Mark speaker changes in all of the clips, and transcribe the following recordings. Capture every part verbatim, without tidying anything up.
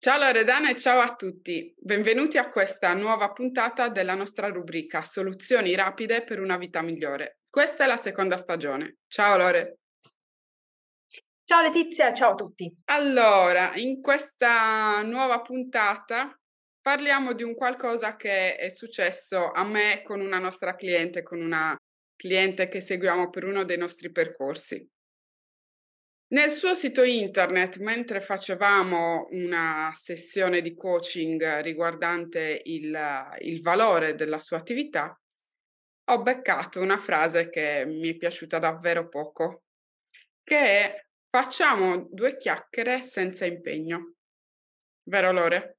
Speaker 1: Ciao Loredana e ciao a tutti, benvenuti a questa nuova puntata della nostra rubrica Soluzioni rapide per una vita migliore. Questa è la seconda stagione. Ciao Lore.
Speaker 2: Ciao Letizia, ciao a tutti.
Speaker 1: Allora, in questa nuova puntata parliamo di un qualcosa che è successo a me con una nostra cliente, con una cliente che seguiamo per uno dei nostri percorsi. Nel suo sito internet, mentre facevamo una sessione di coaching riguardante il, il valore della sua attività, ho beccato una frase che mi è piaciuta davvero poco, che è facciamo due chiacchiere senza impegno. Vero Lore?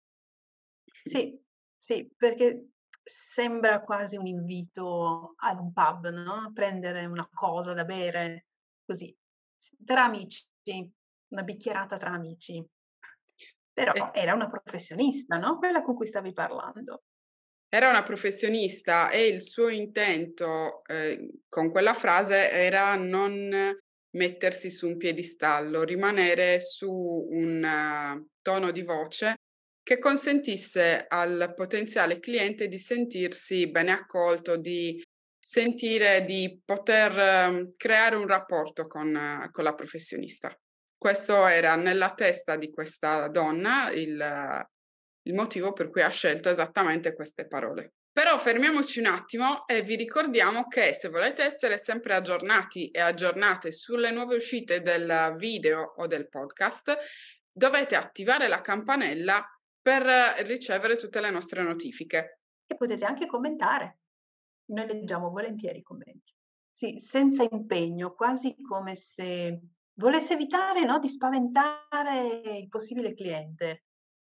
Speaker 2: Sì, sì, perché sembra quasi un invito ad un pub, no, a prendere una cosa da bere, così, s tra amici, una bicchierata tra amici. Però
Speaker 1: E
Speaker 2: era una professionista, no, quella con cui stavi parlando.
Speaker 1: Era una professionista e il suo intento, ehm, con quella frase era non mettersi su un piedistallo, rimanere su un eh, tono di voce che consentisse al potenziale cliente di sentirsi bene accolto, di sentire di poter ehm, creare un rapporto con eh, con la professionista. Questo era nella testa di questa donna il il motivo per cui ha scelto esattamente queste parole. Però fermiamoci un attimo e vi ricordiamo che se volete essere sempre aggiornati e aggiornate sulle nuove uscite del video o del podcast, dovete attivare la campanella per ricevere tutte le nostre notifiche.
Speaker 2: E potete anche commentare. Noi leggiamo volentieri i commenti. Sì, senza impegno, quasi come se volesse evitare, no, di spaventare il possibile cliente.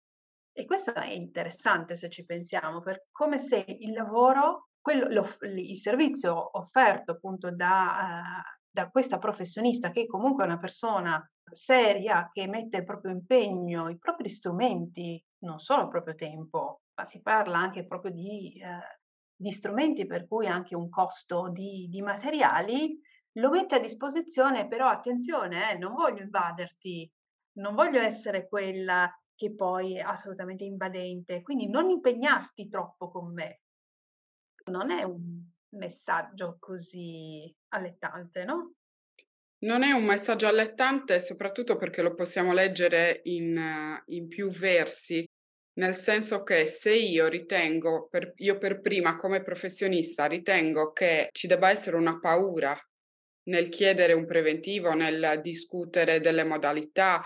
Speaker 2: E questo è interessante se ci pensiamo, per come se il lavoro, quello l'off il servizio offerto appunto da ehm, da questa professionista, che comunque è una persona seria, che mette il proprio impegno, i propri strumenti, non solo il proprio tempo, ma si parla anche proprio di ehm, di strumenti per cui anche un costo di di materiali, lo mette a disposizione, però attenzione eh, non voglio invaderti, non voglio essere quella che poi è assolutamente invadente, quindi non impegnarti troppo con me. Non è un messaggio così allettante, no?
Speaker 1: Non è un messaggio allettante, soprattutto perché lo possiamo leggere in eh, in più versi, nel senso che se io ritengo per io per prima come professionista ritengo che ci debba essere una paura nel chiedere un preventivo, nel discutere delle modalità,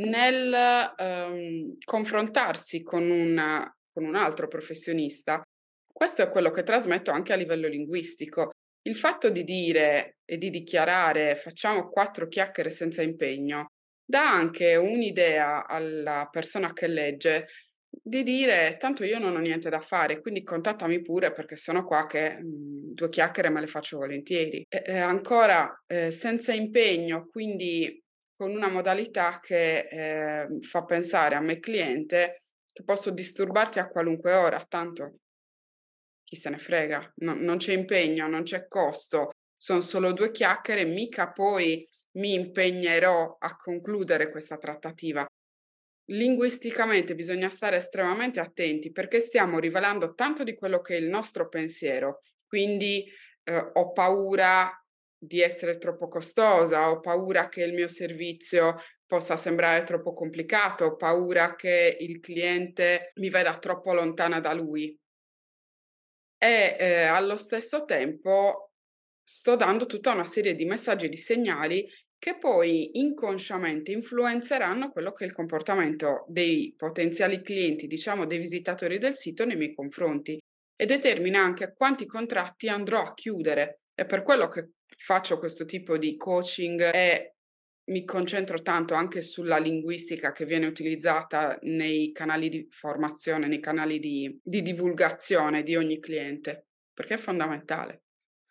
Speaker 1: nel, ehm, confrontarsi con un con un altro professionista, questo è quello che trasmetto anche a livello linguistico. Il fatto di dire e di dichiarare: "Facciamo quattro chiacchiere senza impegno", dà anche un'idea alla persona che legge di dire: "Tanto io non ho niente da fare, quindi contattami pure perché sono qua che, mhmm, due chiacchiere me le faccio volentieri". E e ancora, ehm, senza impegno, quindi con una modalità che, ehm, fa pensare a me cliente che posso disturbarti a qualunque ora, tanto chi se ne frega, no, non c'è impegno, non c'è costo, son solo due chiacchiere, mica poi mi impegnerò a concludere questa trattativa. Linguisticamente bisogna stare estremamente attenti perché stiamo rivelando tanto di quello che è il nostro pensiero, quindi, uhm, ho paura di essere troppo costosa, ho paura che il mio servizio possa sembrare troppo complicato, ho paura che il cliente mi veda troppo lontana da lui. E, ehm, allo stesso tempo sto dando tutta una serie di messaggi e di segnali che poi inconsciamente influenzeranno quello che è il comportamento dei potenziali clienti, diciamo dei visitatori del sito nei miei confronti e determina anche quanti contratti andrò a chiudere. È per quello che faccio questo tipo di coaching e mi concentro tanto anche sulla linguistica che viene utilizzata nei canali di formazione, nei canali di di divulgazione di ogni cliente, perché è fondamentale.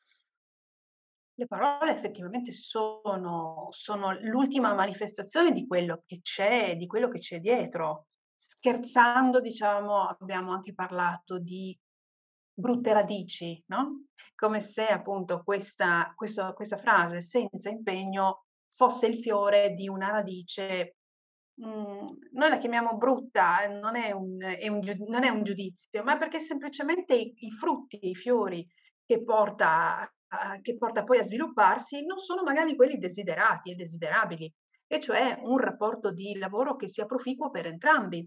Speaker 2: Le parole effettivamente sono sono l'ultima manifestazione di quello che c'è di quello che c'è dietro. Scherzando, diciamo, abbiamo anche parlato di brutte radici, no, come se appunto questa questo questa frase "senza impegno" fosse il fiore di una radice mhmm, noi la chiamiamo brutta, ehm, non è un è un giu non è un giudizio, ma perché semplicemente i i frutti, i fiori che porta a che porta poi a svilupparsi, non sono magari quelli desiderati e desiderabili, e cioè un rapporto di lavoro che sia proficuo per entrambi.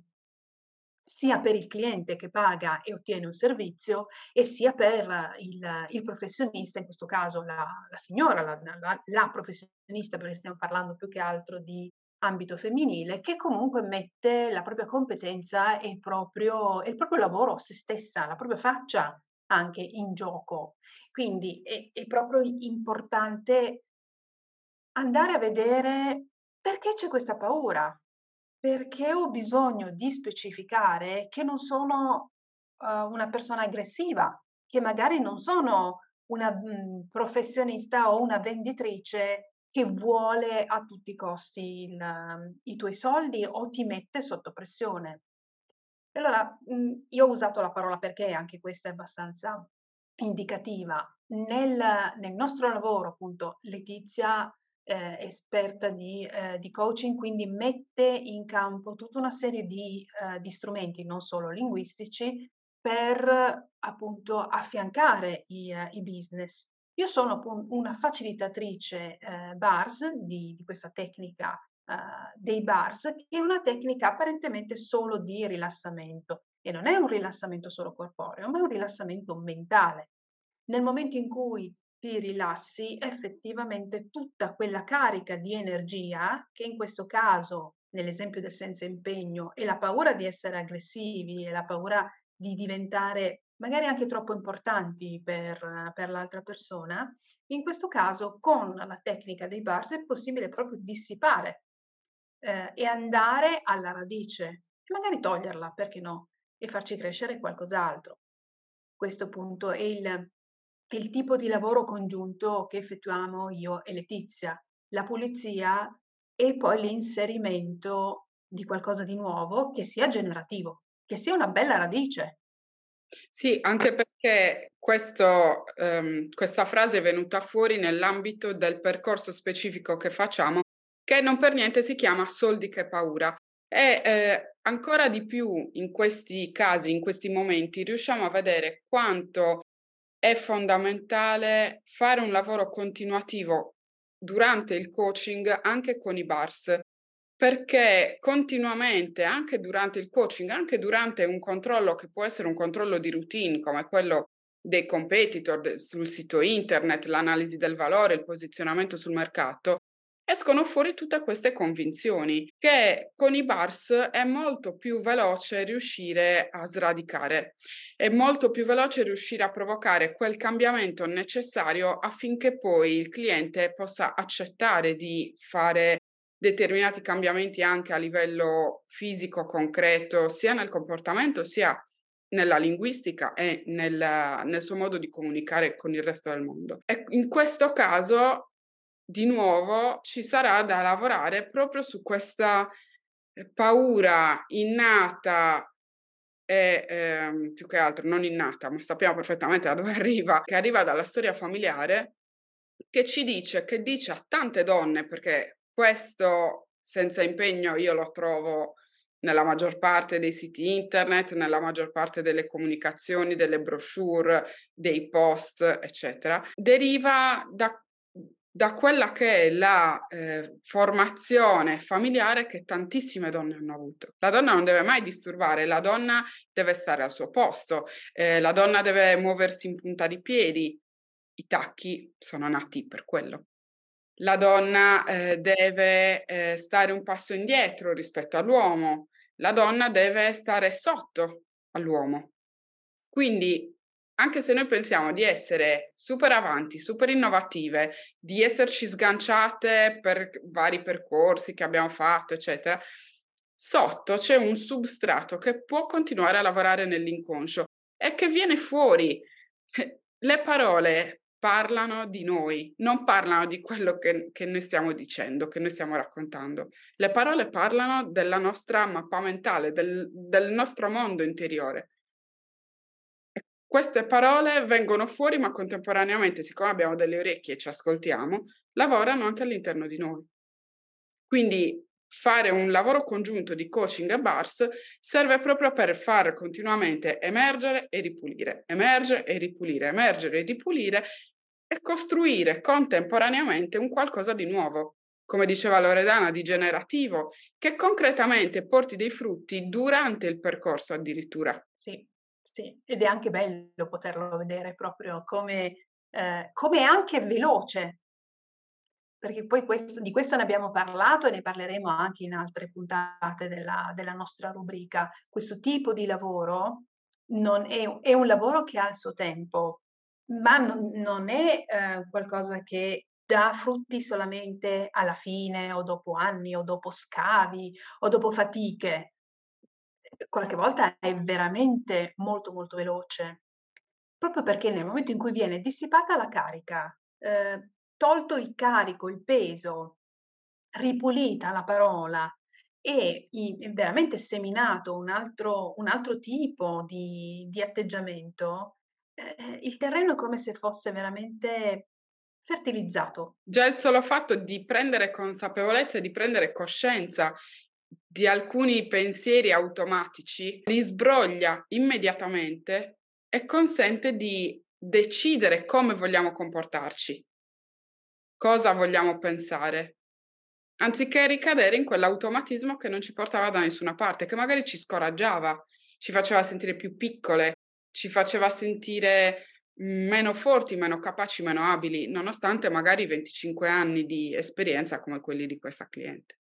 Speaker 2: Sia per il cliente che paga e ottiene un servizio e sia per il il professionista, in questo caso la la signora, la la la professionista, perché stiamo parlando più che altro di ambito femminile, che comunque mette la propria competenza e il proprio e il proprio lavoro, se stessa, la propria faccia anche in gioco. Quindi è è proprio importante andare a vedere perché c'è questa paura. Perché ho bisogno di specificare che non sono, uhm, una persona aggressiva, che magari non sono una, mhmm, professionista o una venditrice che vuole a tutti i costi il mhmm, i tuoi soldi o ti mette sotto pressione. E allora, mhmm, io ho usato la parola perché, anche questa è abbastanza indicativa. Nel nel nostro lavoro, appunto, Letizia, ehm, esperta di ehm, di coaching, quindi mette in campo tutta una serie di ehm, di strumenti, non solo linguistici, per appunto affiancare i ehm, i business. Io sono appun una facilitatrice, ehm, bars di di questa tecnica uhm, dei bars, che è una tecnica apparentemente solo di rilassamento e non è un rilassamento solo corporeo, ma è un rilassamento mentale. Nel momento in cui ti rilassi, effettivamente tutta quella carica di energia, che in questo caso, nell'esempio del senza impegno, è la paura di essere aggressivi, è la paura di diventare magari anche troppo importanti per per l'altra persona, in questo caso con la tecnica dei bars è possibile proprio dissipare ehm, e andare alla radice e magari toglierla, perché no, e farci crescere qualcos'altro. Questo appunto è il il tipo di lavoro congiunto che effettuiamo io e Letizia. La pulizia e poi l'inserimento di qualcosa di nuovo che sia generativo, che sia una bella radice.
Speaker 1: Sì, anche perché questo ehm, questa frase è venuta fuori nell'ambito del percorso specifico che facciamo, che non per niente si chiama "Soldi che paura". E, ehm, ancora di più in questi casi, in questi momenti, riusciamo a vedere quanto è fondamentale fare un lavoro continuativo durante il coaching anche con i bars. Perché continuamente, anche durante il coaching, anche durante un controllo che può essere un controllo di routine, come quello dei competitor de sul sito internet, l'analisi del valore, il posizionamento sul mercato, escono fuori tutte queste convinzioni che con i bars è molto più veloce riuscire a sradicare, è molto più veloce riuscire a provocare quel cambiamento necessario affinché poi il cliente possa accettare di fare determinati cambiamenti anche a livello fisico concreto, sia nel comportamento, sia nella linguistica e nel nel suo modo di comunicare con il resto del mondo. E in questo caso, di nuovo, ci sarà da lavorare proprio su questa, ehm, paura innata e, ehm, più che altro non innata, ma sappiamo perfettamente da dove arriva, che arriva dalla storia familiare, che ci dice che dice a tante donne, perché questo senza impegno io lo trovo nella maggior parte dei siti internet, nella maggior parte delle comunicazioni, delle brochure, dei post, eccetera, deriva da da quella che è la, ehm, formazione familiare che tantissime donne hanno avuto. La donna non deve mai disturbare, la donna deve stare al suo posto, ehm, la donna deve muoversi in punta di piedi. I tacchi sono nati per quello. La donna, ehm, deve, ehm, stare un passo indietro rispetto all'uomo, la donna deve stare sotto all'uomo. Quindi, anche se noi pensiamo di essere super avanti, super innovative, di esserci sganciate per c vari percorsi che abbiamo fatto, eccetera, sotto c'è un substrato che può continuare a lavorare nell'inconscio e che viene fuori. Cioè, le parole parlano di noi, non parlano di quello che che noi stiamo dicendo, che noi stiamo raccontando. Le parole parlano della nostra mappa mentale, del del nostro mondo interiore. Queste parole vengono fuori, ma contemporaneamente, siccome abbiamo delle orecchie e ci ascoltiamo, lavorano anche all'interno di noi. Quindi fare un lavoro congiunto di coaching e bars serve proprio per far continuamente emergere e ripulire, emergere e ripulire, emergere e ripulire e costruire contemporaneamente un qualcosa di nuovo, come diceva Loredana, di generativo, che concretamente porti dei frutti durante il percorso addirittura.
Speaker 2: Sì, sì, ed è anche bello poterlo vedere proprio come ehm, come è anche veloce. Perché poi questo di questo ne abbiamo parlato e ne parleremo anche in altre puntate della della nostra rubrica. Questo tipo di lavoro non è u è un lavoro che ha il suo tempo, ma non non è, ehm, qualcosa che dà frutti solamente alla fine o dopo anni o dopo scavi o dopo fatiche. Ehm, qualche volta è veramente molto, molto veloce, proprio perché nel momento in cui viene dissipata la carica, ehm, tolto il carico, il peso, ripulita la parola e i e veramente seminato un altro un altro tipo di di atteggiamento, eh, eh, il terreno è come se fosse veramente fertilizzato.
Speaker 1: Già il solo fatto di prendere consapevolezza e di prendere coscienza di alcuni pensieri automatici li sbroglia immediatamente e consente di decidere come vogliamo comportarci, cosa vogliamo pensare, anziché ricadere in quell'automatismo che non ci portava da nessuna parte, che magari ci scoraggiava, ci faceva sentire più piccole, ci faceva sentire mhmm, meno forti, meno capaci, meno abili, nonostante magari venticinque anni di esperienza come quelli di questa cliente.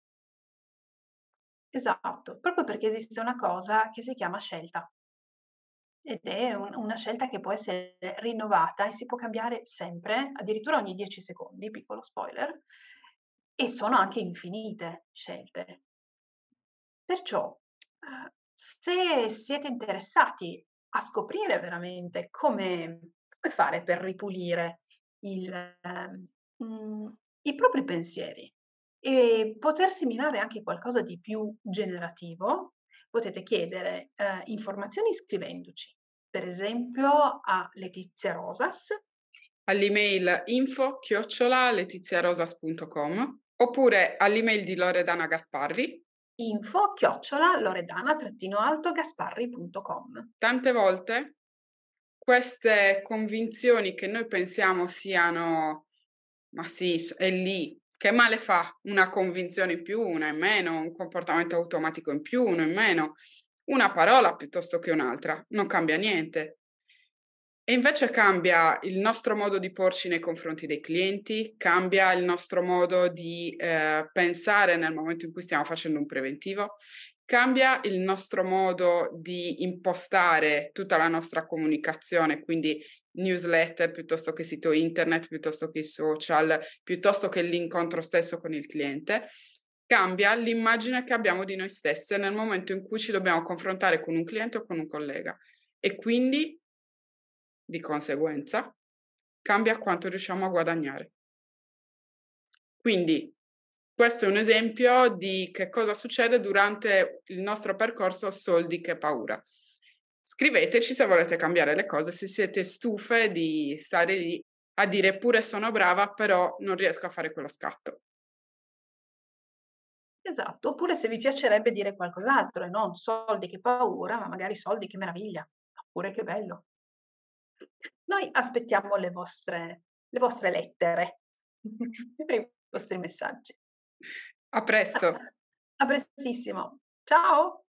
Speaker 2: Esatto, proprio perché esiste una cosa che si chiama scelta. Ed è un una scelta che può essere rinnovata e si può cambiare sempre, addirittura ogni dieci secondi, piccolo spoiler, e sono anche infinite scelte. Perciò, uhm, se siete interessati a scoprire veramente come come fare per ripulire il mhmm, i propri pensieri e poter seminare anche qualcosa di più generativo, potete chiedere, ehm, informazioni scrivendoci, per esempio a Letizia Rosas.
Speaker 1: All'email info chiocciola letiziarosas punto com oppure all'email di Loredana Gasparri.
Speaker 2: Info chiocciola loredana-gasparri punto com.
Speaker 1: Tante volte queste convinzioni che noi pensiamo siano: "Ma sì, s è lì, che male fa una convinzione in più, una in meno, un comportamento automatico in più, uno in meno, una parola piuttosto che un'altra, non cambia niente". E invece cambia il nostro modo di porci nei confronti dei clienti, cambia il nostro modo di, ehm, pensare nel momento in cui stiamo facendo un preventivo, cambia il nostro modo di impostare tutta la nostra comunicazione, quindi newsletter piuttosto che sito internet, piuttosto che i social, piuttosto che l'incontro stesso con il cliente. Cambia l'immagine che abbiamo di noi stesse nel momento in cui ci dobbiamo confrontare con un cliente o con un collega e quindi di conseguenza, cambia quanto riusciamo a guadagnare. Quindi questo è un esempio di che cosa succede durante il nostro percorso Soldi che paura. Scriveteci se volete cambiare le cose, se siete stufe di stare lì a dire: "Eppure sono brava, però non riesco a fare quello scatto".
Speaker 2: Esatto, oppure se vi piacerebbe dire qualcos'altro e non soldi che paura, ma magari soldi che meraviglia, oppure che bello. Noi aspettiamo le vostre le vostre lettere e i vostri messaggi.
Speaker 1: A presto.
Speaker 2: A prestissimo. Ciao.